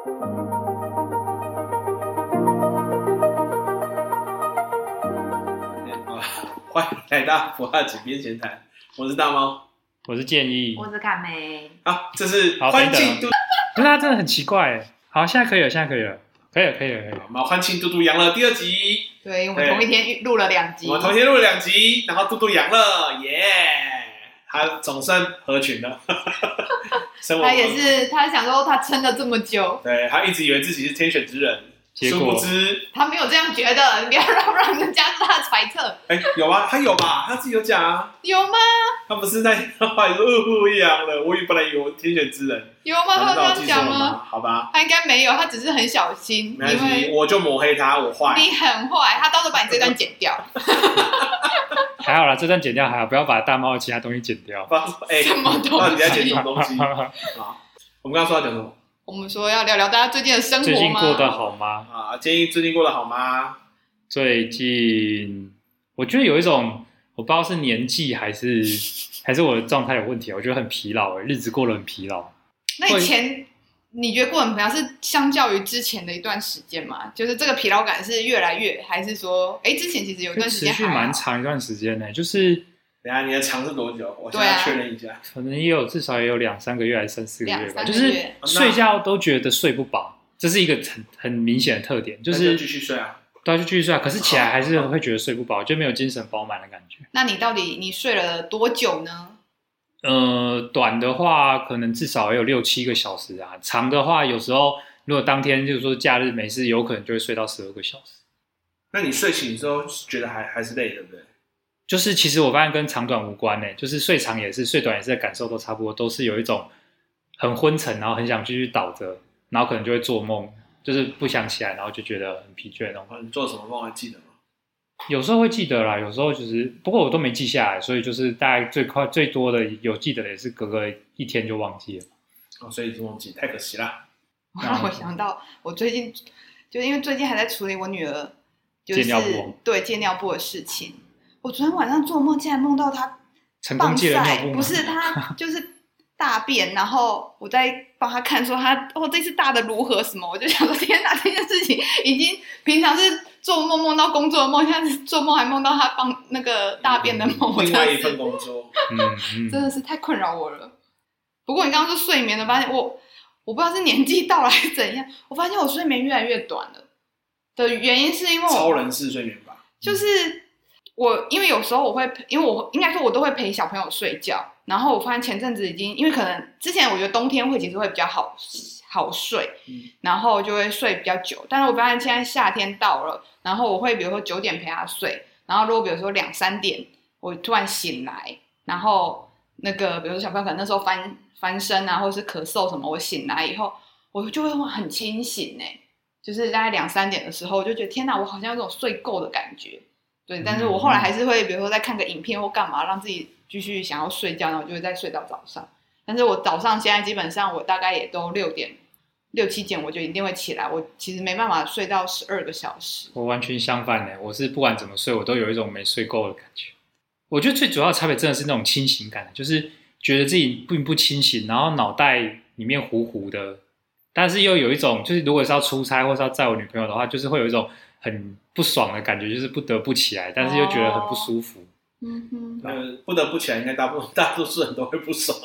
欢迎来到不要井边闲谈，我是大猫， 我是建议， 我是凯梅。 好，这是欢庆嘟， 不是他真的很奇怪。好，现在可以了，可以了。 我们欢庆嘟嘟阳了第2集。 对，我们同一天录了2集。 我们同一天录了2集，然后嘟嘟阳了，耶！他总算合群了。 他也是，他想说他撑了这么久， 对，他一直以为自己是天选之人，殊不知他没有这样觉得。你不要让人家是他的揣测。 有啊，他有吧？他自己有讲啊。 有吗？ 他不是在话里说一样的，我本来以为我天选之人。 有吗？他这样讲吗？ 好吧， 他应该没有，他只是很小心。 没关系，我就抹黑他，我坏。 你很坏，他到时候把你这段剪掉。 还好啦，这段剪掉还好，不要把大猫的其他东西剪掉。 什么东西？ 到底在剪什么东西？好，我们刚刚说要讲什么？ 我们说要聊聊大家最近的生活吗？ 最近过得好吗？ 啊，建议最近过得好吗？ 最近我觉得有一种，我不知道是年纪还是我的状态有问题，我觉得很疲劳，日子过得很疲劳。 那以前你觉得过得很疲劳是相较于之前的一段时间吗？就是这个疲劳感是越来越，还是说，之前其实有一段时间持续蛮长一段时间呢？就是等一下你的长是多久？我现在确认一下， 可能至少也有2-3个月还是3-4个月吧。 2-3个月就是睡觉都觉得睡不饱，这是一个很明显的特点，就是继续睡啊。 对啊，就继续睡啊，可是起来还是会觉得睡不饱，就没有精神饱满的感觉。 那你到底你睡了多久呢？ 短的话可能至少也有6-7个小时啊，长的话有时候如果当天就是说假日没事，有可能就会睡到12个小时。 那你睡醒之后觉得还是累，对不对？ 就是其实我发现跟长短无关欸，就是睡长也是，睡短也是的感受都差不多，都是有一种很昏沉，然后很想继续倒着，然后可能就会做梦，就是不想起来，然后就觉得很疲倦那种。 你做什么梦还记得吗？ 有时候会记得啦，有时候就是，不过我都没记下来，所以就是大概最多的有记得的也是隔个1天就忘记了。 所以就忘记，太可惜啦。 让我想到我最近就因为最近还在处理我女儿就是戒尿布的事情。我昨天晚上做梦，竟然梦到她成功戒了尿布吗？ 不是，她就是大便，然后我在帮她看说她这次大的如何什么，我就想说天哪，这件事情已经平常是做梦梦到工作的梦，现在是做梦还梦到她帮那个大便的梦， 另外一份工作， 真的是太困扰我了。不过你刚刚说睡眠的，发现我不知道是年纪到了还是怎样，我发现我睡眠越来越短了的原因是因为超人式睡眠吧， 就是我因为有时候我会因为我应该说我都会陪小朋友睡觉，然后我发现前阵子已经因为可能之前我觉得冬天其实会比较好睡，然后就会睡比较久，但是我发现现在夏天到了，然后我会比如说9点陪他睡，然后如果比如说2-3点我突然醒来，然后那个比如说小朋友可能那时候翻身啊，或者是咳嗽什么，我醒来以后我就会很清醒就是大概2-3点的时候，我就觉得天哪，我好像有种睡够的感觉。对，但是我后来还是会比如说再看个影片或干嘛，让自己继续想要睡觉，然后我就会再睡到早上。但是我早上现在基本上我大概也都6-7点我就一定会起来，我其实没办法睡到12个小时。 我完全相反我是不管怎么睡我都有一种没睡够的感觉。我觉得最主要的差别真的是那种清醒感，就是觉得自己并不清醒，然后脑袋里面糊糊的，但是又有一种就是如果是要出差或是要载我女朋友的话，就是会有一种很不爽的感觉，就是不得不起来，但是又觉得很不舒服。 不得不起来，应该大多数人都会不爽。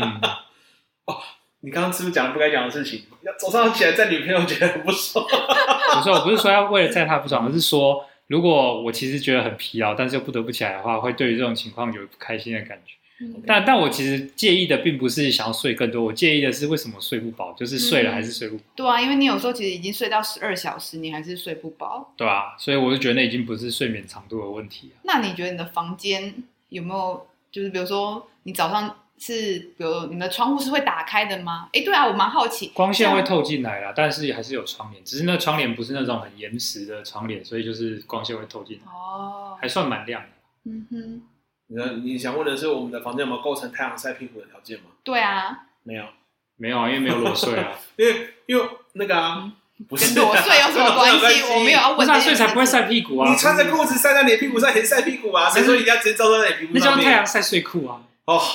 你刚刚是不是讲了不该讲的事情？早上起来载女朋友觉得很不爽。 我不是说要为了载她不爽，而是说如果我其实觉得很疲劳，但是又不得不起来的话，会对于这种情况有不开心的感觉。但我其实介意的并不是想要睡更多，我介意的是为什么睡不饱，就是睡了还是睡不饱。 对啊，因为你有时候其实已经睡到12小时，你还是睡不饱。 对啊，所以我就觉得那已经不是睡眠长度的问题。 那你觉得你的房间有没有就是比如说你早上是比如你的窗户是会打开的吗？对啊，我蛮好奇。 光线会透进来啦，但是还是有窗帘，只是那窗帘不是那种很严实的窗帘，所以就是光线会透进来。还算蛮亮的。 你想问的是我们的房间有没有构成太阳晒屁股的条件吗？ 对啊。 没有啊，因为没有裸睡啊。 因为那个不是跟裸睡有什么关系？我没有要问。 所以才不会晒屁股啊。 你穿着裤子晒在你的屁股上也晒屁股啊？谁说一定要直接照在你的屁股上面？ 那叫太阳晒睡裤啊。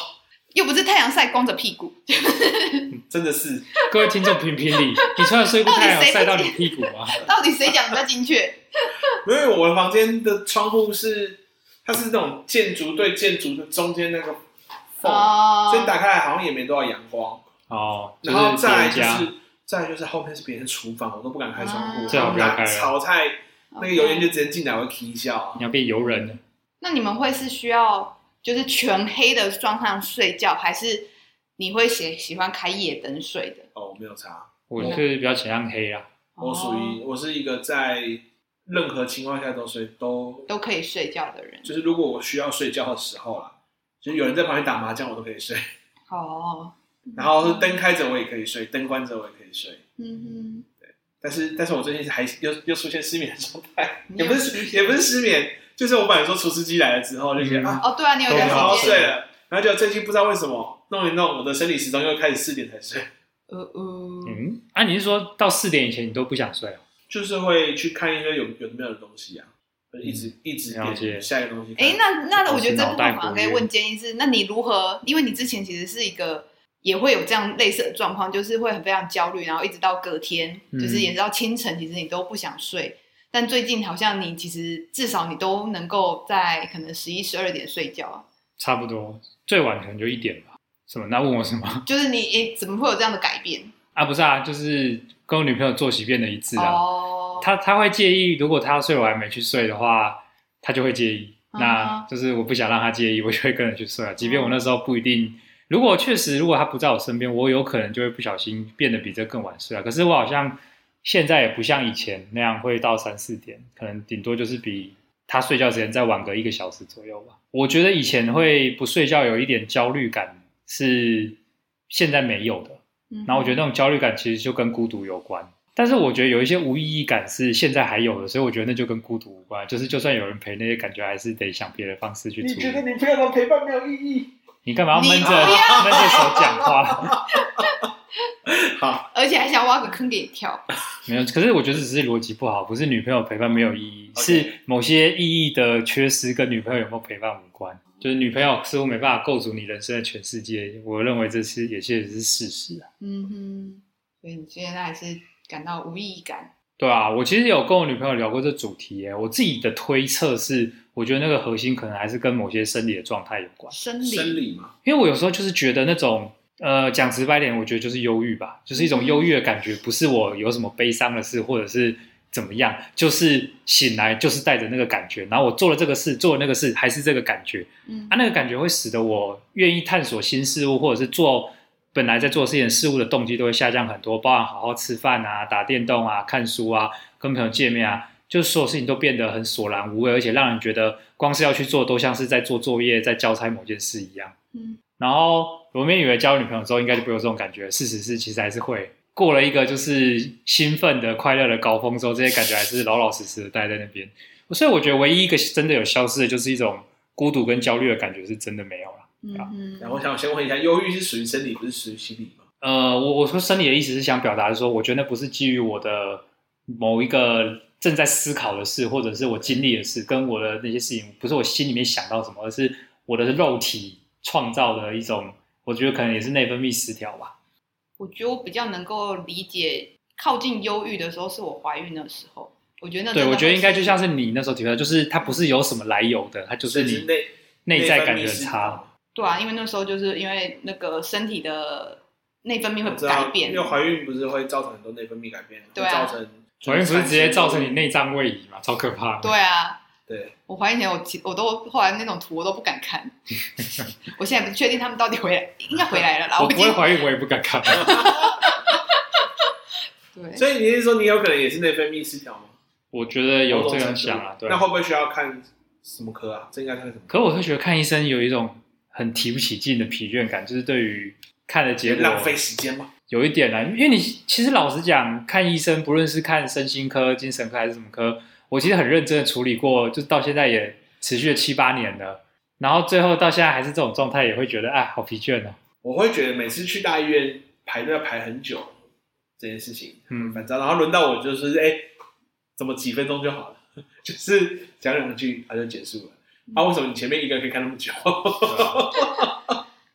又不是太阳晒光着屁股， 真的是。 各位听众评评理，你穿的睡裤太阳晒到你屁股吗？ 到底谁讲比较精确？ 因为我的房间的窗户它是那种建筑对建筑的中间那个缝，所以打开来好像也没多少阳光。 哦， 然后再来就是后面是别人的厨房，我都不敢开窗户， 最好不要开了。 炒菜那个油烟就直接进来，我会啼笑。 你要变油人了。 那你们会是需要就是全黑的状态睡觉，还是你会喜欢开夜灯睡的？ 哦，没有差， 我是比较倾向黑啦。 我是一个在任何情况下都可以睡觉的人。 就是如果我需要睡觉的时候啦，就是有人在旁边打麻将，我都可以睡。 哦。 然后是灯开着我也可以睡，灯关着我也可以睡。 嗯哼。 对，但是我最近又出现失眠的状态，也不是失眠，就是我本来说除湿机来了之后就觉得对啊，你有段时间好好睡了，然后就最近不知道为什么弄一弄，我的生理时钟又开始4点才睡。 你是说到4点以前你都不想睡哦？ 就是会去看一些有的没有的东西啊，一直点下一个东西。 那我觉得这部分反而可以问建议是，那你如何？因为你之前其实是一个也会有这样类似的状况，就是会非常焦虑，然后一直到隔天，就是也是到清晨，其实你都不想睡。但最近好像你其实至少你都能够在可能11、12点睡觉啊。差不多，最晚可能就1点吧。什么？那问我什么？ 就是你怎么会有这样的改变？ 不是啊，就是跟我女朋友作息变得一致啊。她会介意，如果她要睡我还没去睡的话，她就会介意。那就是我不想让她介意，我就会跟着去睡啊。即便我那时候不一定，如果她不在我身边，我有可能就会不小心变得比这更晚睡啊。可是我好像现在也不像以前那样会到3、4点，可能顶多就是比她睡觉时间再晚个1个小时左右吧。我觉得以前会不睡觉有一点焦虑感，是现在没有的。然后我觉得那种焦虑感其实就跟孤独有关，但是我觉得有一些无意义感是现在还有的，所以我觉得那就跟孤独无关，就是就算有人陪，那些感觉还是得想别的方式去处理。 你觉得你朋友的陪伴没有意义？ 你干嘛要闷着手讲话？ 好， 而且还想挖个坑给你跳。 没有，可是我觉得只是逻辑不好，不是女朋友陪伴没有意义，是某些意义的缺失跟女朋友有没有陪伴无关。就是女朋友似乎没办法构筑你人生的全世界，我认为这是也确实是事实啊。 所以你现在还是感到无意义感。 对啊，我其实有跟我女朋友聊过这主题耶。我自己的推测是，我觉得那个核心可能还是跟某些生理的状态有关。 生理吗？ 因为我有时候就是觉得那种讲直白点，我觉得就是忧郁吧，就是一种忧郁的感觉，不是我有什么悲伤的事，或者是怎么样，就是醒来就是带着那个感觉，然后我做了这个事，做了那个事，还是这个感觉。那个感觉会使得我愿意探索新事物，或者是做本来在做这件事物的动机都会下降很多，包含好好吃饭啊、打电动啊、看书啊、跟朋友见面啊，就是所有事情都变得很索然无味，而且让人觉得光是要去做都像是在做作业，在交差某件事一样。然后我原以为交女朋友之后应该就不会有这种感觉，事实是其实还是会。过了一个就是兴奋的快乐的高峰之后，这些感觉还是老老实实的待在那边。所以我觉得唯一一个真的有消失的就是一种孤独跟焦虑的感觉，是真的没有了。 然后我想先问一下，忧郁是属于生理不是属于心理吗？ 我说生理的意思是想表达的说，我觉得那不是基于我的某一个正在思考的事，或者是我经历的事，跟我的那些事情不是我心里面想到什么，而是我的肉体创造的一种，我觉得可能也是内分泌失调吧。 我觉得我比较能够理解靠近忧郁的时候是我怀孕的时候，我觉得那对我觉得应该就像是你那时候提到，就是它不是有什么来由的，它就是你内在感觉很差。 对啊，因为那时候就是因为那个身体的内分泌会改变， 因为怀孕不是会造成很多内分泌改变， 对啊， 造成怀孕不是直接造成你内脏位移嘛，超可怕的。 对啊。 对， 我怀孕前我都后来那种图我都不敢看，我现在不确定他们到底应该回来了啦。 我不会怀孕，我也不敢看。 对， 所以你是说你有可能也是内分泌失调吗？ 我觉得有这样想啊。对， 那会不会需要看什么科啊？这应该看什么？ 可我会觉得看医生有一种很提不起劲的疲倦感，就是对于看的结果浪费时间吗？ 有一点啦，因为你其实老实讲，看医生不论是看身心科、精神科还是什么科。我其实很认真的处理过，就到现在也持续了7、8年了，然后最后到现在还是这种状态，也会觉得好疲倦哦。 我会觉得每次去大医院排队要排很久，这件事情反正然后轮到我就是怎么几分钟就好了，就是讲2句它就结束了。为什么你前面一个可以看那么久？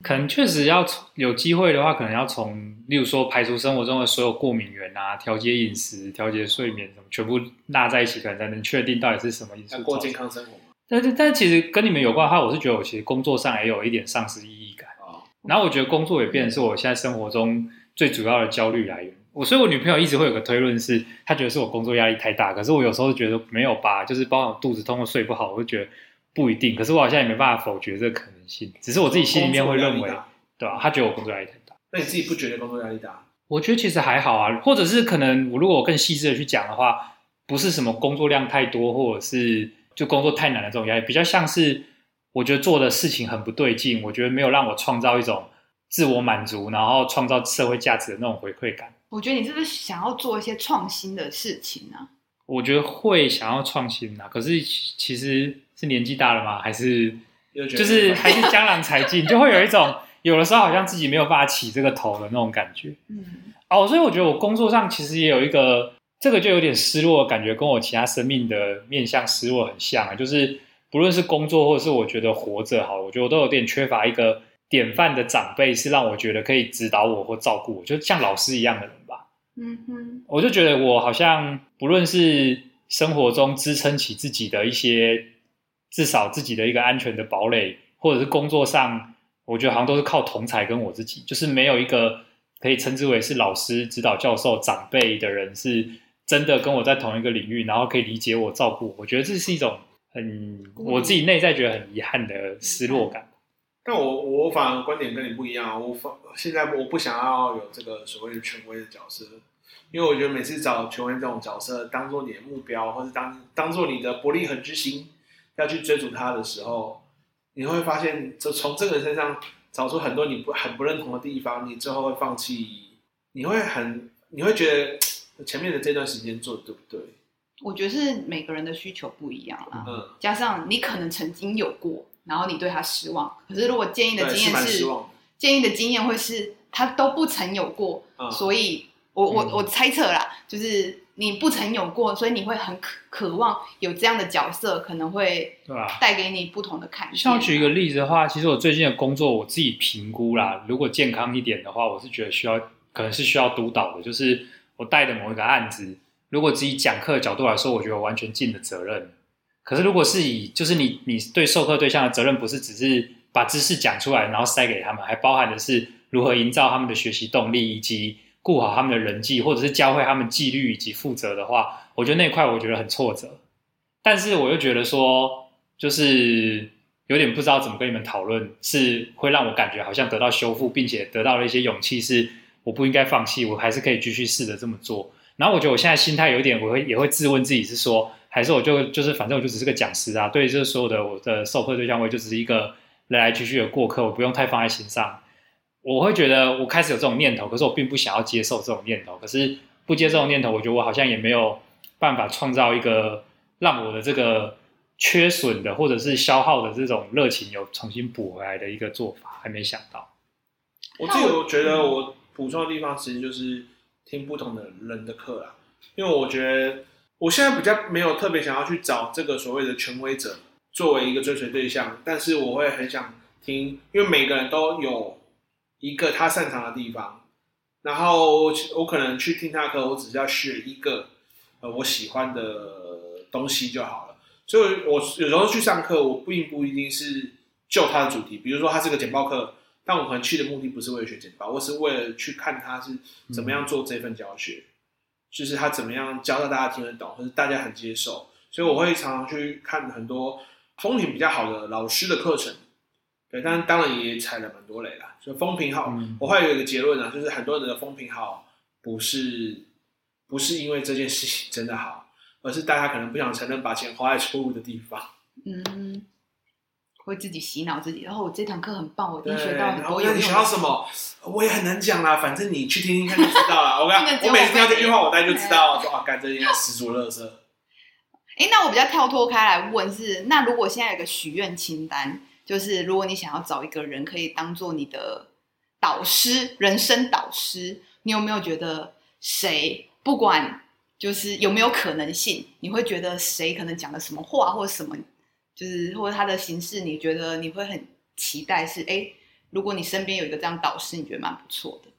可能确实要有机会的话，可能要从，例如说排除生活中的所有过敏源啊，调节饮食、调节睡眠什么，全部纳在一起，可能才能确定到底是什么因素。 过健康生活嘛。 但其实跟你们有关的话，我是觉得我其实工作上也有一点丧失意义感。然后我觉得工作也变成是我现在生活中最主要的焦虑来源。所以我女朋友一直会有个推论是，她觉得是我工作压力太大，可是我有时候觉得没有吧，就是包括肚子痛或睡不好，我就觉得不一定。可是我好像也没办法否决这个可能性，只是我自己心里面会认为，对吧？她觉得我工作压力太大。 那你自己不觉得工作压力大？ 我觉得其实还好啊，或者是可能如果我更细致的去讲的话，不是什么工作量太多，或者是就工作太难的这种压力，比较像是我觉得做的事情很不对劲，我觉得没有让我创造一种自我满足，然后创造社会价值的那种回馈感。 我觉得你是不是想要做一些创新的事情啊？ 我觉得会想要创新啊，可是其实是年纪大了吗？还是就是还是江郎才尽，就会有一种有的时候好像自己没有办法起这个头的那种感觉。所以我觉得我工作上其实也有一个这个就有点失落的感觉，跟我其他生命的面向失落很像啊，就是不论是工作或者是我觉得活着好了，我觉得我都有点缺乏一个典范的长辈，是让我觉得可以指导我或照顾我，就像老师一样的人吧。我就觉得我好像不论是生活中支撑起自己的一些至少自己的一个安全的堡垒，或者是工作上我觉得好像都是靠同侪跟我自己，就是没有一个可以称之为是老师、指导教授、长辈的人是真的跟我在同一个领域，然后可以理解我、照顾我。我觉得这是一种我自己内在觉得很遗憾的失落感。 但我反而观点跟你不一样，现在我不想要有这个所谓的权威的角色，因为我觉得每次找权威这种角色当做你的目标，或是当做你的伯利恒之星要去追逐他的时候，你会发现就从这个人身上找出很多你很不认同的地方，你最后会放弃，你会觉得前面的这段时间做的对不对？ 我觉得是每个人的需求不一样啦，加上你可能曾经有过，然后你对他失望，可是如果建议的经验会是他都不曾有过，所以我猜测啦，就是你不曾有过，所以你会很渴望有这样的角色，可能会带给你不同的看见。 像我举一个例子的话，其实我最近的工作我自己评估啦，如果健康一点的话，我是觉得可能是需要督导的，就是我带的某一个案子，如果只以讲课的角度来说，我觉得我完全尽了责任。可是如果是以就是你对授课对象的责任，不是只是把知识讲出来然后塞给他们，还包含的是如何营造他们的学习动力，以及顾好他们的人际，或者是教会他们纪律以及负责的话，我觉得那一块我觉得很挫折。但是我又觉得说，就是有点不知道怎么跟你们讨论，是会让我感觉好像得到修复，并且得到了一些勇气，是我不应该放弃，我还是可以继续试着这么做。然后我觉得我现在心态有一点，也会自问自己是说，还是我就是反正我就只是个讲师啊，对这所有的我的授课对象，我就只是一个来来去去的过客，我不用太放在心上。我会觉得我开始有这种念头，可是我并不想要接受这种念头。可是不接受这种念头，我觉得我好像也没有办法创造一个让我的这个缺损的或者是消耗的这种热情有重新补回来的一个做法，还没想到。 我自己觉得我补充的地方其实就是听不同的人的课啦，因为我觉得我现在比较没有特别想要去找这个所谓的权威者作为一个追随对象，但是我会很想听，因为每个人都有一个他擅长的地方，然后我可能去听他的课，我只是要学一个我喜欢的东西就好了。所以我有时候去上课，我并不一定是就他的主题，比如说他是个简报课，但我可能去的目的不是为了学简报，我是为了去看他是怎么样做这份教学，就是他怎么样教到大家听得懂，或者大家很接受。所以我会常常去看很多风评比较好的老师的课程，对，但当然也踩了蛮多雷啦。所以风评好，我会有一个结论啊，就是很多人的风评好，不是因为这件事情真的好，而是大家可能不想承认把钱花在错误的地方。 会自己洗脑自己，然后我这堂课很棒，我一定学到很多。 那你学到什么？我也很难讲啦，反正你去听听看就知道了。我每次听到这句话，我大概就知道说干这应该十足垃圾。 那我比较跳脱开来问是，那如果现在有个许愿清单，就是如果你想要找一个人可以当做你的导师，人生导师，你有没有觉得谁不管就是有没有可能性，你会觉得谁可能讲了什么话或者什么，就是或者他的形式，你觉得你会很期待是如果你身边有一个这样导师，你觉得蛮不错的。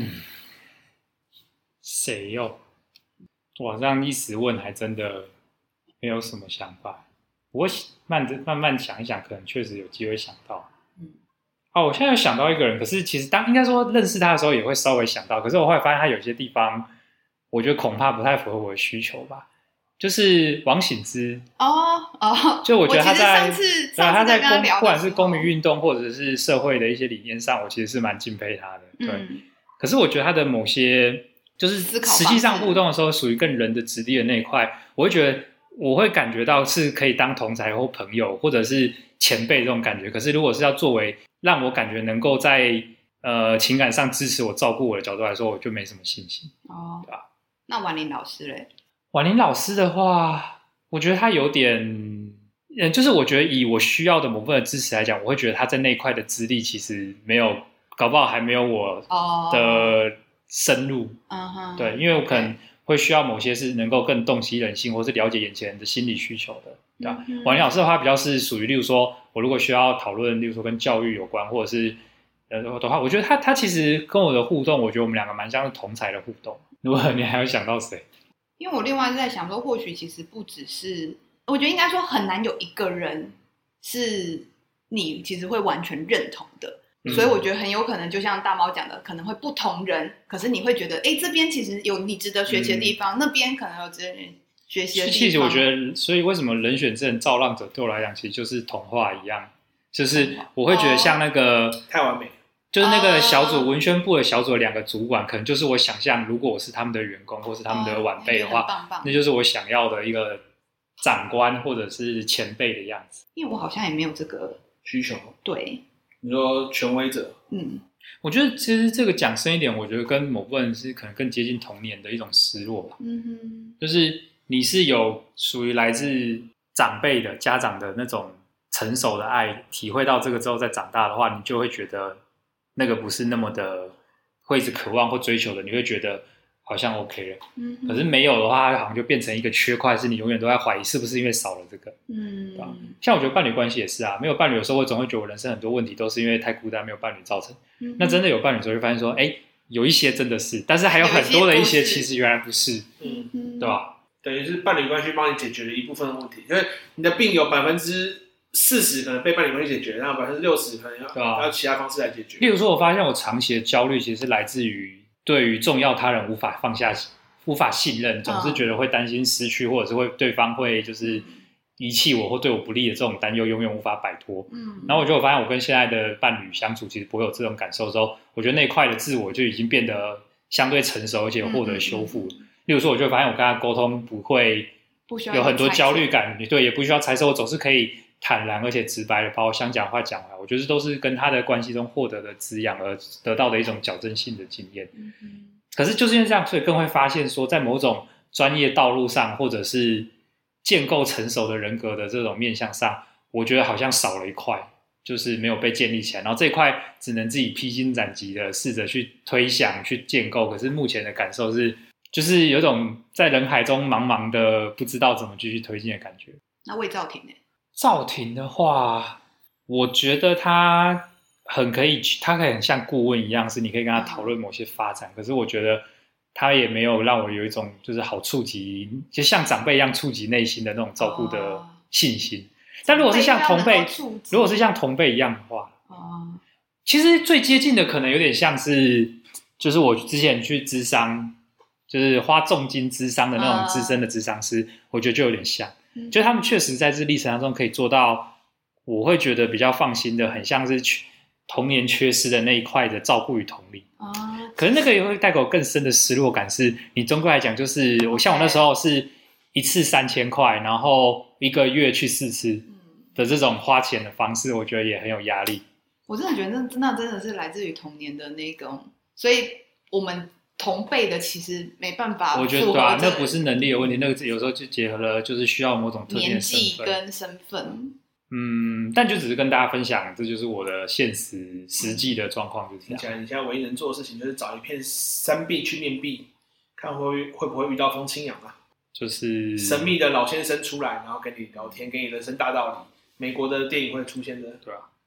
谁哟？我这样一时问，还真的没有什么想法。我慢慢想一想，可能确实有机会想到。我现在有想到一个人，可是其实应该说认识他的时候也会稍微想到，可是我后来发现他有些地方，我觉得恐怕不太符合我的需求吧。就是王醒之就我觉得他在他在不管是公民运动或者是社会的一些理念上，我其实是蛮敬佩他的。对，可是我觉得他的某些就是实际上互动的时候，属于更人的质地的那一块，我会觉得我会感觉到是可以当同侪或朋友或者是前辈这种感觉。可是如果是要作为让我感觉能够在情感上支持我、照顾我的角度来说，我就没什么信心。对吧？ 那婉玲老师嘞？ 婉玲老师的话，我觉得他有点，就是我觉得以我需要的某部分的支持来讲，我会觉得他在那一块的资历其实没有，搞不好还没有我的深入。对，因为我可能会需要某些是能够更洞悉人性，或是了解眼前人的心理需求的。对吧？婉玲老师的话比较是属于，例如说我如果需要讨论，例如说跟教育有关，或者是的话，我觉得他其实跟我的互动，我觉得我们两个蛮像是同才的互动。如果你还有想到谁？ 因为我另外是在想说，或许其实不只是，我觉得应该说很难有一个人是你其实会完全认同的。所以我觉得很有可能就像大猫讲的，可能会不同人，可是你会觉得这边其实有你值得学习的地方，那边可能有值得学习的地方。 其实我觉得，所以为什么人选之人造浪者对我来讲其实就是童话一样，就是我会觉得像那个太完美， 就是那个小组文宣部的小组的2个主管，可能就是我想象，如果我是他们的员工或是他们的晚辈的话，那就是我想要的一个长官或者是前辈的样子。 因为我好像也没有这个需求。 对， 你说权威者， 我觉得其实这个讲深一点，我觉得跟某部分是可能更接近童年的一种失落吧。就是你是有属于来自长辈的家长的那种成熟的爱，体会到这个之后再长大的话，你就会觉得那个不是那么的会一直渴望或追求的，你会觉得好像 OK 了。可是没有的话，它好像就变成一个缺块，是你永远都在怀疑是不是因为少了这个。对吧？像我觉得伴侣关系也是啊，没有伴侣有时候我总会觉得我人生很多问题都是因为太孤单没有伴侣造成。那真的有伴侣之后就发现说，有一些真的是，但是还有很多的一些其实原来不是。对吧？ 等于是伴侣关系帮你解决了一部分的问题，因为你的病有40%可能被伴侣关系解决，然后60%可能要其他方式来解决。 例如说，我发现我长期的焦虑其实是来自于对于重要他人无法放下、无法信任，总是觉得会担心失去，或者是会对方会就是遗弃我或对我不利的这种担忧，永远无法摆脱。然后我发现我跟现在的伴侣相处，其实不会有这种感受之后，我觉得那一块的自我就已经变得相对成熟，而且获得修复。例如说，我就发现我跟他沟通不会有很多焦虑感，对，也不需要猜测，我总是可以坦然而且直白的把我想讲的话讲完。我觉得都是跟他的关系中获得的滋养而得到的一种矫正性的经验。可是就是因为这样，所以更会发现说，在某种专业道路上，或者是建构成熟的人格的这种面向上，我觉得好像少了一块，就是没有被建立起来。然后这一块只能自己披荆斩棘的试着去推想、去建构。可是目前的感受是，就是有种在人海中茫茫的不知道怎么继续推进的感觉。 那魏兆廷呢？ 兆廷的话，我觉得他可以很像顾问一样，是你可以跟他讨论某些发展。可是我觉得他也没有让我有一种就是好触及，就像长辈一样触及内心的那种照顾的信心。但如果是像同辈一样的话，其实最接近的可能有点像是，就是我之前去咨商，就是花重金咨商的那种资深的咨商师，我觉得就有点像。就他们确实在这历程当中可以做到，我会觉得比较放心的，很像是童年缺失的那一块的照顾与同理。可是那个也会带给我更深的失落感，是你总归来讲，就是我像我那时候是一次3000块，然后1个月去4次的这种花钱的方式，我觉得也很有压力。 我真的觉得那真的是来自于童年的那种，所以我们同辈的其实没办法， 我觉得对啊，那不是能力的问题，那个有时候就结合了，就是需要某种特定的身份年纪跟身份。 但就只是跟大家分享，这就是我的实际的状况，就是这样。 你现在唯一能做的事情就是找一片山壁去面壁，看会不会遇到风清扬啊？ 就是神秘的老先生出来，然后跟你聊天，给你人生大道理。美国的电影会出现的， 对啊。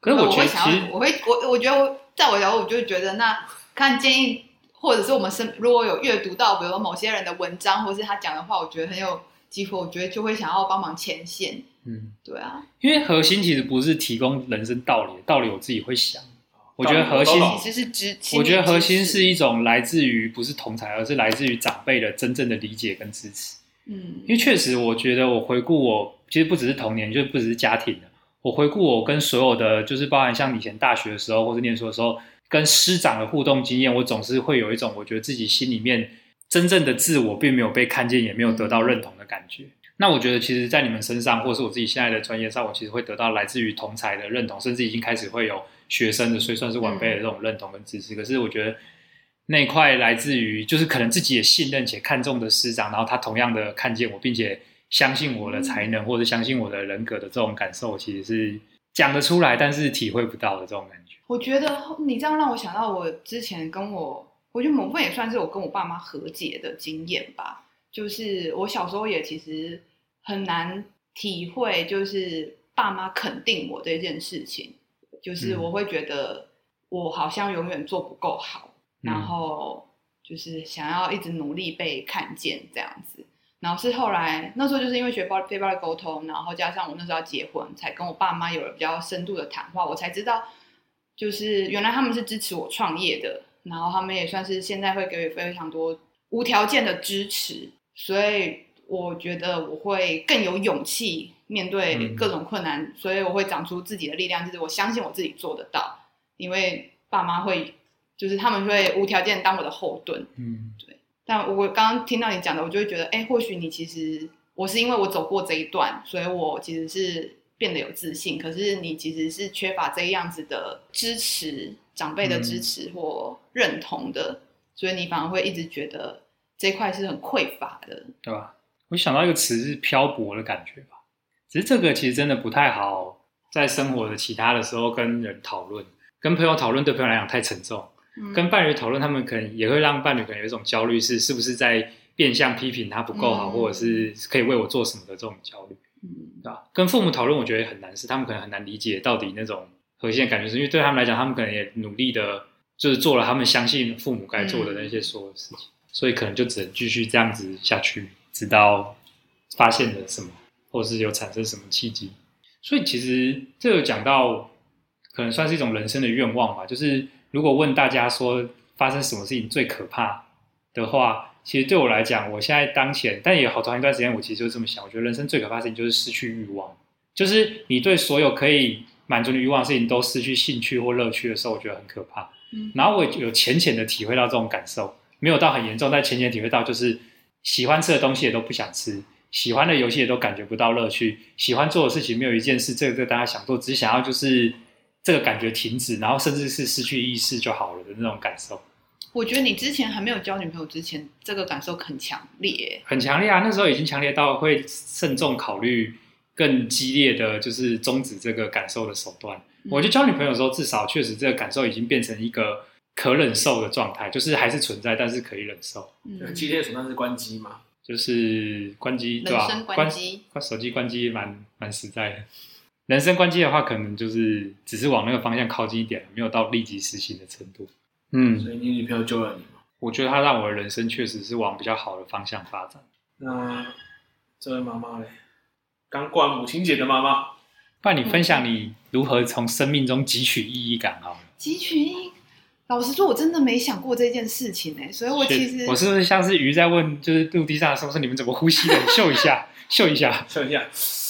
可是我觉得其实我觉得在我角度，我就觉得那看建议，或者是我们如果有阅读到，比如说某些人的文章，或是他讲的话，我觉得很有机会，我觉得就会想要帮忙牵线。对啊， 因为核心其实不是提供人生道理，道理我自己会想。我觉得核心其实是我觉得核心是一种来自于不是同侪，而是来自于长辈的真正的理解跟支持。因为确实，我觉得我回顾其实不只是童年，就不只是家庭的。我回顾我跟所有的，就是包含像以前大学的时候，或是念书的时候，跟师长的互动经验，我总是会有一种我觉得自己心里面真正的自我并没有被看见，也没有得到认同的感觉。那我觉得其实在你们身上，或是我自己现在的专业上，我其实会得到来自于同侪的认同，甚至已经开始会有学生的，所以算是晚辈的这种认同跟支持。可是我觉得那一块来自于就是可能自己也信任且看重的师长，然后他同样的看见我，并且相信我的才能，或者相信我的人格的这种感受，其实是讲得出来，但是体会不到的这种感觉。 我觉得你这样让我想到我之前我觉得某部分也算是我跟我爸妈和解的经验吧。就是我小时候也其实很难体会，就是爸妈肯定我这件事情，就是我会觉得我好像永远做不够好，然后就是想要一直努力被看见这样子。然后是后来那时候就是因为学非暴力沟通，然后加上我那时候要结婚，才跟我爸妈有了比较深度的谈话，我才知道就是原来他们是支持我创业的，然后他们也算是现在会给予非常多无条件的支持，所以我觉得我会更有勇气面对各种困难，所以我会长出自己的力量，就是我相信我自己做得到，因为爸妈会就是他们会无条件当我的后盾。对。但我刚刚听到你讲的，我就会觉得或许你其实我是因为我走过这一段，所以我其实是变得有自信，可是你其实是缺乏这样子的支持，长辈的支持或认同的，所以你反而会一直觉得这一块是很匮乏的， 对吧？我想到一个词是漂泊的感觉吧，只是这个其实真的不太好在生活的其他的时候跟人讨论，跟朋友讨论对朋友来讲太沉重，跟伴侣讨论他们可能也会让伴侣可能有一种焦虑，是不是在变相批评他不够好，或者是可以为我做什么的这种焦虑，对吧？跟父母讨论我觉得很难，是他们可能很难理解到底那种核心的感觉，是因为对他们来讲，他们可能也努力的就是做了他们相信父母该做的那些所有事情，所以可能就只能继续这样子下去，直到发现了什么，或是有产生什么契机。所以其实这有讲到可能算是一种人生的愿望吧，就是如果问大家说发生什么事情最可怕的话，其实对我来讲，我现在当前，但也有好长一段时间我其实就是这么想，我觉得人生最可怕的事情就是失去欲望，就是你对所有可以满足你欲望的事情都失去兴趣或乐趣的时候，我觉得很可怕。然后我有浅浅的体会到这种感受，没有到很严重，但浅浅体会到就是喜欢吃的东西也都不想吃，喜欢的游戏也都感觉不到乐趣，喜欢做的事情没有一件事这个大家想做，只想要就是这个感觉停止，然后甚至是失去意识就好了的那种感受。 我觉得你之前还没有交女朋友之前，这个感受很强烈， 很强烈啊！那时候已经强烈到会慎重考虑更激烈的就是终止这个感受的手段。我觉得交女朋友的时候，至少确实这个感受已经变成一个可忍受的状态，就是还是存在，但是可以忍受。 激烈的手段是关机嘛？ 就是关机，对吧？ 人生关机， 手机关机蛮实在的。人生关机的话，可能就是只是往那个方向靠近一点，没有到立即实行的程度。 所以你女朋友救了你吗？ 我觉得她让我的人生确实是往比较好的方向发展。 那这位妈妈嘞，刚过完母亲节的妈妈， 不然你分享你如何从生命中汲取意义感好了。 汲取意义，老实说，我真的没想过这件事情所以我其实我是不是像是鱼在问，就是陆地上的时候，说你们怎么呼吸的？秀一下，秀一下， 秀一下。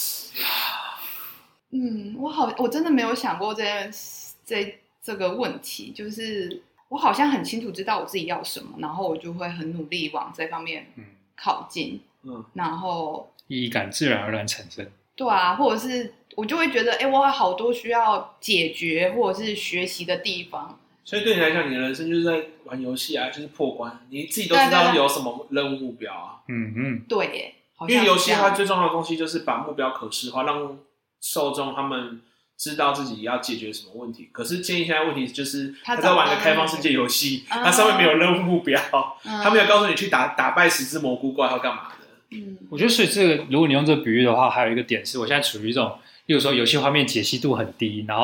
我真的没有想过这个问题，就是我好像很清楚知道我自己要什么，然后我就会很努力往这方面靠近，然后意义感自然而然产生。 对啊，或者是我就会觉得，我有好多需要解决或者是学习的地方。 所以对你来讲，你的人生就是在玩游戏啊，就是破关，你自己都知道有什么任务目标啊。 对耶， 因为游戏它最重要的东西就是把目标可视化，让受众他们知道自己要解决什么问题。可是建议现在问题就是他在玩一个开放世界游戏，它上面没有任务目标，他没有告诉你去打败10只蘑菇怪要干嘛的。 我觉得所以这个，如果你用这个比喻的话，还有一个点是我现在处于一种，例如说游戏画面解析度很低，然后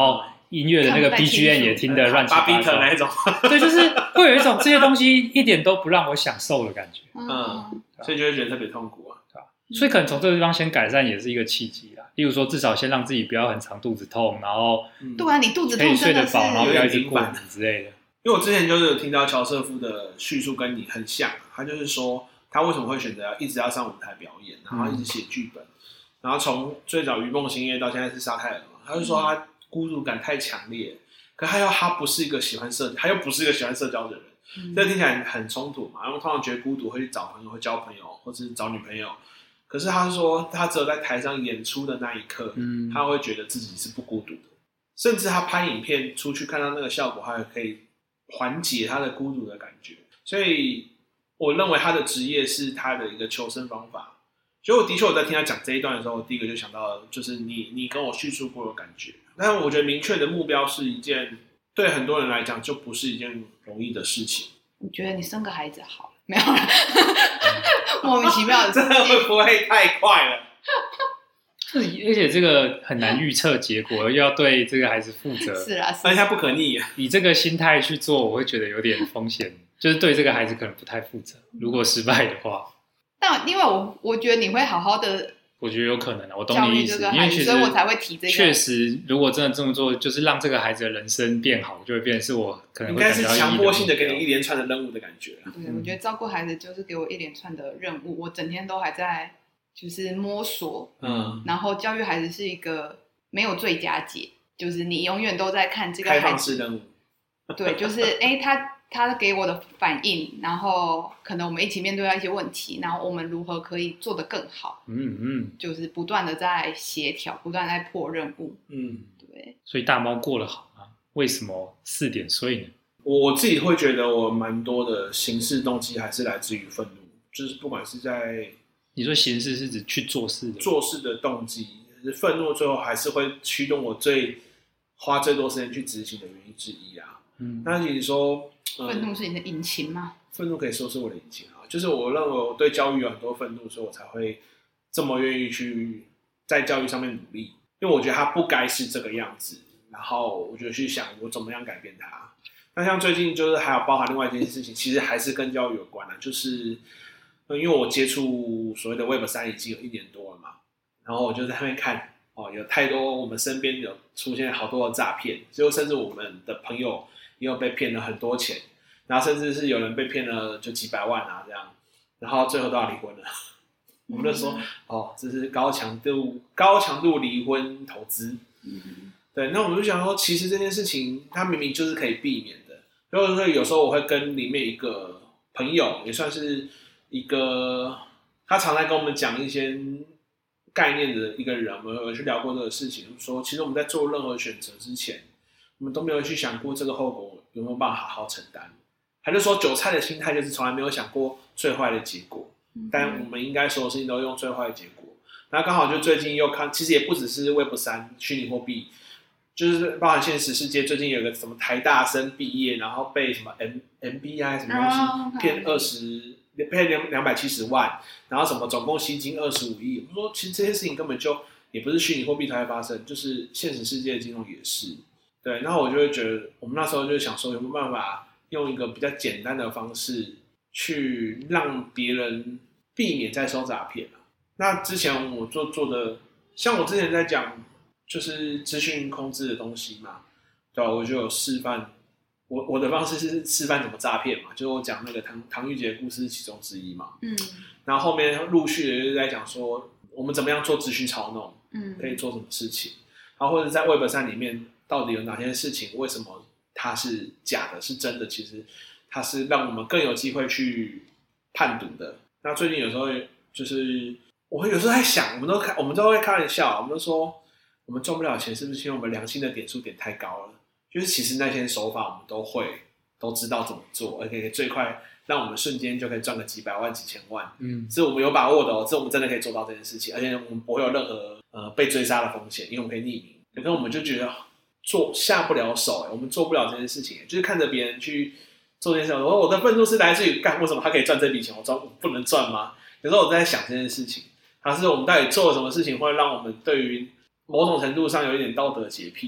音乐的那个 BGM 也听得乱七八糟那一种， 对，就是会有一种这些东西一点都不让我享受的感觉， 所以就会觉得特别痛苦啊， 对吧？所以可能从这个地方先改善也是一个契机啦。例如说，至少先让自己不要很常肚子痛，然后对啊，你肚子痛可以睡得饱，然后不要一直过敏之类的。 因为我之前就是有听到乔瑟夫的叙述跟你很像，他就是说他为什么会选择一直要上舞台表演，然后一直写剧本，然后从最早鱼梦星夜到现在是沙泰尔嘛，他就说他孤独感太强烈，可他不是一个喜欢社交，他又不是一个喜欢社交的人，这听起来很冲突嘛。因为通常觉得孤独会去找朋友，会交朋友，或者是找女朋友。可是他说，他只有在台上演出的那一刻，他会觉得自己是不孤独的，甚至他拍影片出去看到那个效果，他也可以缓解他的孤独的感觉。所以我认为他的职业是他的一个求生方法。所以我的确我在听他讲这一段的时候，我第一个就想到就是你跟我叙述过的感觉。但我觉得明确的目标是一件对很多人来讲就不是一件容易的事情。 我觉得你生个孩子好了，没有了，莫名其妙的， 真的会不会太快了？ 而且这个很难预测结果，又要对这个孩子负责， 是啊， 而且他不可逆啊。 以这个心态去做，我会觉得有点风险，就是对这个孩子可能不太负责。如果失败的话， 但因为我觉得你会好好的。 我觉得有可能我懂你意思， 因为其实所以我才会提这个。 确实，如果真的这么做，就是让这个孩子的人生变好，就会变成是我可能会应该是强迫性的给你一连串的任务的感觉。 对，我觉得照顾孩子就是给我一连串的任务，我整天都还在就是摸索，然后教育孩子是一个没有最佳解，就是你永远都在看这个孩子开放式任务。 对，就是他给我的反应，然后可能我们一起面对到一些问题，然后我们如何可以做得更好，就是不断的在协调，不断的在破任务，对。 所以大猫过得好吗？为什么4点睡呢？ 我自己会觉得我蛮多的行事动机还是来自于愤怒，就是不管是在你说行事是指去做事的动机，愤怒最后还是会驱动我花最多时间去执行的原因之一啊。那你说愤怒是你的引擎吗？ 愤怒可以说是我的引擎啊，就是我认为我对教育有很多愤怒，所以我才会这么愿意去在教育上面努力，因为我觉得它不该是这个样子，然后我就去想我怎么样改变它。那像最近就是还有包含另外一件事情，其实还是跟教育有关的，就是因为我接触所谓的 Web3 已经有1年多了嘛，然后我就在那边看有太多我们身边有出现好多的诈骗，就甚至我们的朋友也有被骗了很多钱，然后甚至是有人被骗了就几百万啊这样，然后最后都要离婚了。我们就说这是高强度离婚投资。对，那我们就想说，其实这件事情它明明就是可以避免的。所以有时候我会跟里面一个朋友，也算是一个他常在跟我们讲一些概念的一个人，我们有去聊过这个事情，说其实我们在做任何选择之前，我们都没有去想过这个后果有没有办法好好承担。还是说韭菜的心态就是从来没有想过最坏的结果，但我们应该所有事情都用最坏的结果。那刚好就最近又看，其实也不只是 Web3 虚拟货币，就是包含现实世界，最近有个什么台大生毕业，然后被什么 MBI 什么东西骗270万，然后什么总共吸金25亿。我说其实这些事情根本就也不是虚拟货币才会发生，就是现实世界的金融也是。对，然后我就会觉得，我们那时候就想说，有没有办法用一个比较简单的方式去让别人避免再受诈骗。那之前我做的，像我之前在讲就是资讯控制的东西嘛，对吧？我就有示范，我的方式是示范怎么诈骗嘛，就是我讲那个唐玉洁的故事是其中之一嘛。然后后面陆续的就是在讲说，我们怎么样做资讯操弄，可以做什么事情，然后或者在 Web3 里面到底有哪些事情，为什么它是假的，是真的，其实它是让我们更有机会去判读的。那最近有时候就是我有时候在想，我们都会开玩笑，我们都说我们赚不了钱，是不是因为我们良心的点数点太高了？就是其实那些手法我们都知道怎么做，而且最快让我们瞬间就可以赚个几百万、几千万。是我们有把握的是我们真的可以做到这件事情，而且我们不会有任何被追杀的风险，因为我们可以匿名。可是我们就觉得下不了手，我们做不了这件事情，就是看着别人去做这件事情。我的愤怒是来自于为什么他可以赚这笔钱，我不能赚吗？有时候我在想这件事情，还是我们到底做了什么事情会让我们对于某种程度上有一点道德洁癖吧？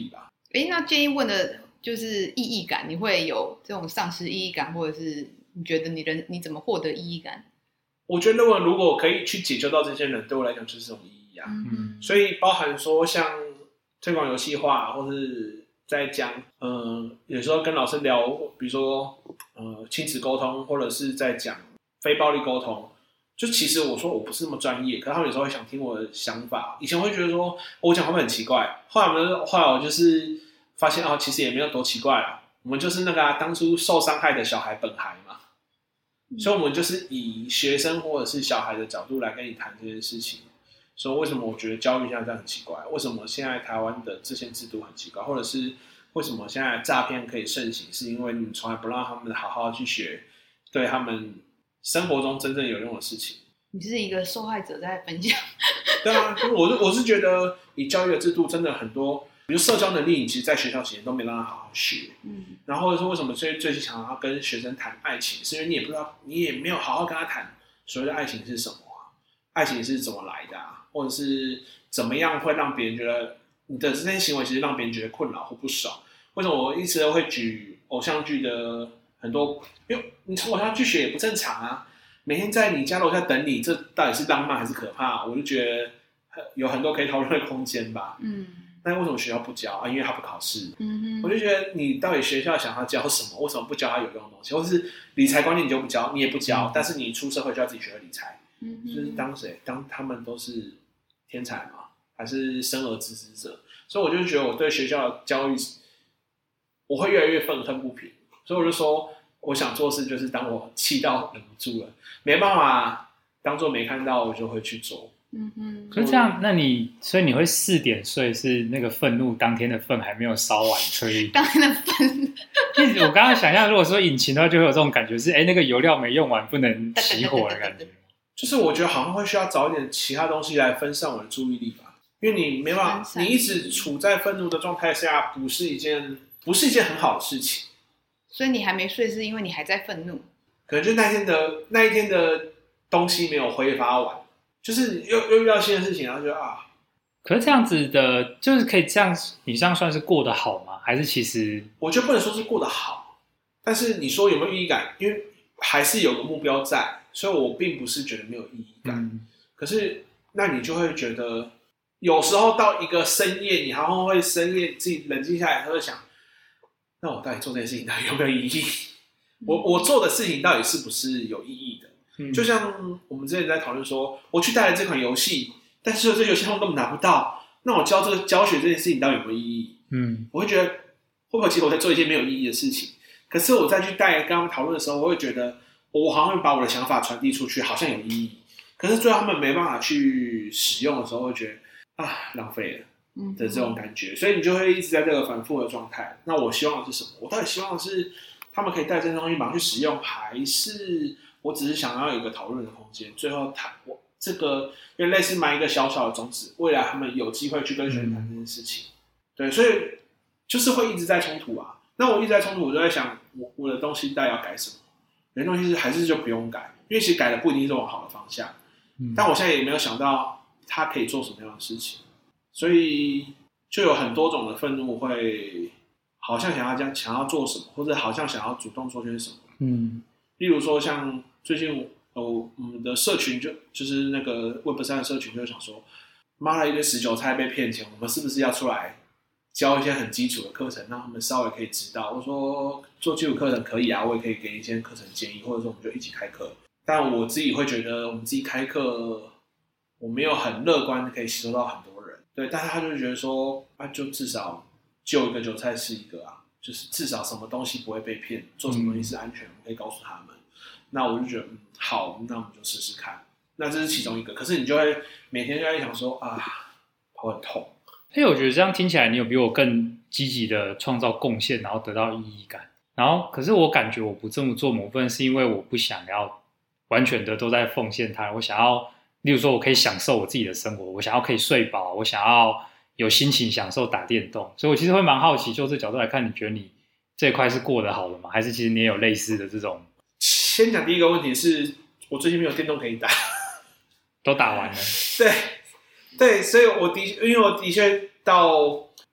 那建议问的就是意义感，你会有这种丧失意义感，或者是你觉得你怎么获得意义感？ 我觉得如果可以去解救到这些人，对我来讲就是这种意义啊。所以包含说像推广游戏化，或是在讲有时候跟老师聊，比如说亲子沟通，或者是在讲非暴力沟通。就其实我说我不是那么专业，可是他们有时候会想听我的想法。以前我会觉得说我讲会不会很奇怪，后来我就是发现其实也没有多奇怪啦。我们就是那个当初受伤害的小孩本孩嘛，所以我们就是以学生或者是小孩的角度来跟你谈这件事情。所以为什么我觉得教育现在这样很奇怪？为什么现在台湾的这些制度很奇怪？或者是为什么现在诈骗可以盛行？是因为你从来不让他们好好去学，对他们生活中真正有用的事情。 你是一个受害者在分享。 对啊，我是觉得以教育的制度真的很多，比如社交能力，你其实在学校期间都没让他好好学。然后是为什么最近想要跟学生谈爱情，是因为你也不知道，你也没有好好跟他谈所谓的爱情是什么啊，爱情是怎么来的啊，或者是怎么样会让别人觉得你的这些行为其实让别人觉得困扰或不爽。为什么我一直都会举偶像剧的很多，因为你从偶像剧学也不正常啊。每天在你家楼下等你，这到底是浪漫还是可怕？我就觉得有很多可以讨论的空间吧。但为什么学校不教啊？因为他不考试。我就觉得你到底学校想要教什么？为什么不教他有用的东西？或是理财观念你就不教，你也不教，但是你出社会就要自己学会理财。就是当谁？当他们都是天才吗？还是生而知之者？所以我就觉得我对学校的教育，我会越来越愤恨不平。所以我就说，我想做事就是当我气到忍不住了，没办法当做没看到，我就会去做。 可是这样，所以你会4点睡，是那个愤怒当天的粪还没有烧完，所以当天的粪。 我刚刚想象，如果说引擎的话，就会有这种感觉是，那个油料没用完，不能起火的感觉。 就是我觉得好像会需要找一点其他东西来分散我的注意力吧，因为你没办法，你一直处在愤怒的状态下，不是一件很好的事情。 所以你还没睡，是因为你还在愤怒？ 可能就那一天的东西没有挥发完，就是又遇到新的事情，然后就可是这样子的，就是可以这样，你这样算是过得好吗？还是其实我觉得不能说是过得好，但是你说有没有意义感？因为还是有个目标在，所以我并不是觉得没有意义感。可是那你就会觉得，有时候到一个深夜，你好像会深夜自己冷静下来，他会想，那我到底做这件事情到底有没有意义？我做的事情到底是不是有意义的？就像我们之前在讨论说，我去带了这款游戏，但是这游戏他们根本拿不到，那我教学这件事情到底有没有意义？我会觉得会不会其实我在做一件没有意义的事情？可是我再去带跟他们讨论的时候，我会觉得我好像会把我的想法传递出去，好像有意义。可是最后他们没办法去使用的时候，会觉得浪费了的这种感觉，所以你就会一直在这个反复的状态。那我希望的是什么？我到底希望的是他们可以带这些东西马上去使用，还是我只是想要有一个讨论的空间，最后谈我这个有点类似埋一个小小的种子，未来他们有机会去跟学生谈这件事情。对，所以就是会一直在冲突啊。那我一直在冲突，我就在想我的东西到底要改什么？有些东西还是就不用改，因为其实改的不一定是往好的方向。但我现在也没有想到他可以做什么样的事情，所以就有很多种的愤怒，会好像想要做什么，或者好像想要主动做些什么。例如说像最近我们的社群就是那个 Web 3的社群，就想说，妈的一堆19菜被骗钱，我们是不是要出来教一些很基础的课程，让他们稍微可以知道？我说做基础课程可以啊，我也可以给一些课程建议，或者说我们就一起开课。但我自己会觉得，我们自己开课，我没有很乐观的可以吸收到很多人。对，但是他就觉得说，就至少救一个韭菜是一个啊，就是至少什么东西不会被骗，做什么东西是安全，我可以告诉他们。那我就觉得，好，那我们就试试看。那这是其中一个，可是你就会每天就在想说，头很痛。 我觉得这样听起来，你有比我更积极的创造贡献，然后得到意义感。然后，可是我感觉我不这么做，某部分是因为我不想要完全的都在奉献他人。我想要，例如说，我可以享受我自己的生活，我想要可以睡饱，我想要有心情享受打电动。所以我其实会蛮好奇，就这角度来看，你觉得你这一块是过得好的吗？还是其实你也有类似的这种？ 先讲第一个问题是，我最近没有电动可以打， 都打完了。 对，所以因为我的确到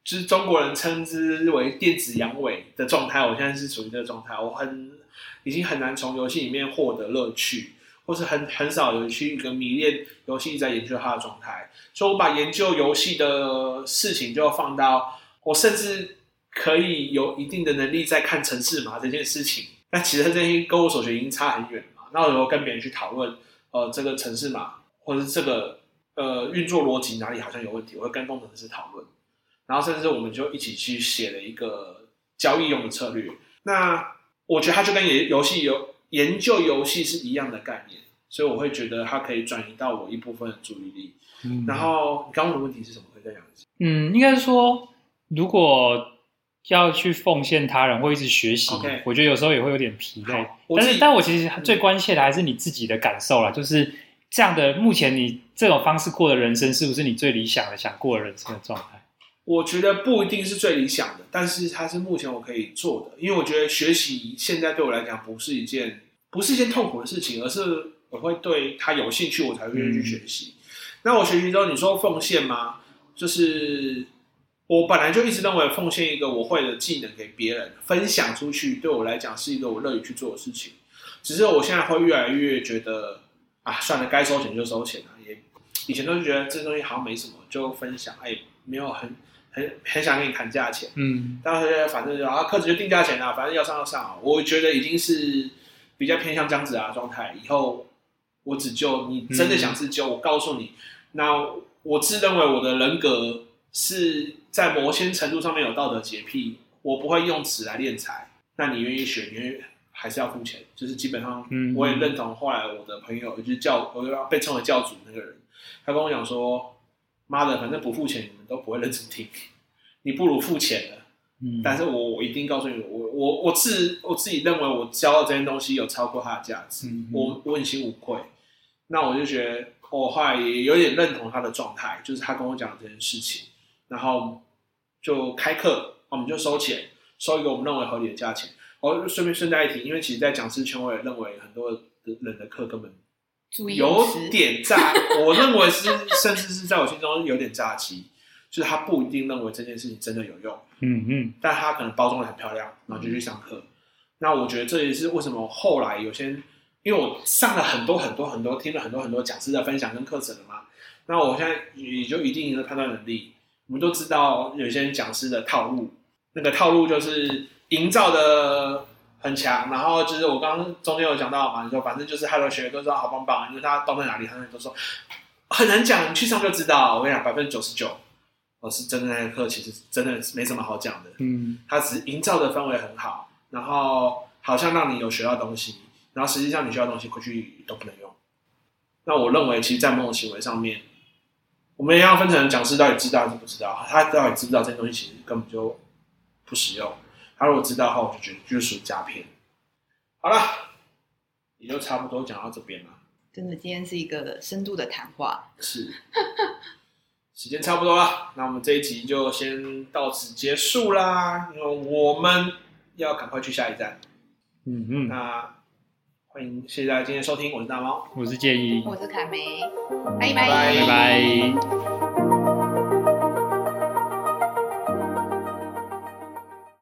就是中国人称之为电子阳痿的状态，我现在是处于这个状态，已经很难从游戏里面获得乐趣，或是很少有去一个迷恋游戏在研究它的状态，所以我把研究游戏的事情就放到我甚至可以有一定的能力在看程式码这件事情。那其实这些跟我所学已经差很远了嘛。那我有跟别人去讨论，这个程式码或者是这个运作逻辑哪里好像有问题，我会跟工程师讨论，然后甚至我们就一起去写了一个交易用的策略。那我觉得它就跟研究游戏是一样的概念，所以我会觉得它可以转移到我一部分的注意力。然后你刚刚的问题是什么？可以再讲一次？ 应该是说，如果要去奉献他人或一直学习， Okay. 我觉得有时候也会有点疲累。但我其实最关切的还是你自己的感受啦，就是这样的，目前你这种方式过的人生，是不是你最理想的想过的人生的状态？ 我觉得不一定是最理想的，但是它是目前我可以做的。因为我觉得学习现在对我来讲不是一件痛苦的事情，而是我会对它有兴趣，我才会愿意去学习。那我学习之后，你说奉献吗？就是我本来就一直认为奉献一个我会的技能给别人，分享出去，对我来讲是一个我乐于去做的事情。只是我现在会越来越觉得算了，该收钱就收钱了。以前都是觉得这东西好像没什么，就分享，没有很想跟你谈价钱。但是反正课程就定价钱啦，反正要上就上。我觉得已经是比较偏向这样子的状态。以后我只救你真的想自救，我告诉你，那我自认为我的人格是在某些程度上面有道德洁癖，我不会用此来敛财。那你愿意学，你还是要付钱。就是基本上，我也认同后来我的朋友，就是我被称为教主那个人，他跟我讲说：“妈的，反正不付钱你们都不会认真听，你不如付钱了。”但是我一定告诉你，我自己认为我教的这件东西有超过它的价值，我问心无愧。那我就觉得，我后来也有点认同他的状态，就是他跟我讲这件事情，然后就开课，我们就收钱，收一个我们认为合理的价钱。顺带一提，因为其实在讲师圈，我也认为很多人的课根本有点诈，我认为是甚至是在我心中有点诈欺，就是他不一定认为这件事情真的有用，但他可能包装的很漂亮，然后就去上课。那我觉得这也是为什么后来有些，因为我上了很多，听了很多讲师的分享跟课程了嘛，那我现在也就一定的判断能力，我们都知道有些讲师的套路，那个套路就是营造的很强，然后就是我刚刚中间有讲到嘛，你说反正就是他的学员都说好棒棒，因为他到在哪里，他们都说很难讲，你去上就知道。我跟你讲，99%是真的那个课，其实真的没什么好讲的。他只是营造的氛围很好，然后好像让你有学到东西，然后实际上你学到东西回去都不能用。那我认为，其实，在某种行为上面，我们也要分成讲师到底知道还是不知道，他到底知不知道这些东西其实根本就不实用。他如果知道的话，我就觉得就是属于诈骗。好了，也就差不多讲到这边了。 真的，今天是一个深度的谈话。是， 时间差不多了，那我们这一集就先到此结束啦，因为我们要赶快去下一站。那欢迎谢谢大家今天的收听，我是大猫， 我是建议， 我是凯梅， 拜拜。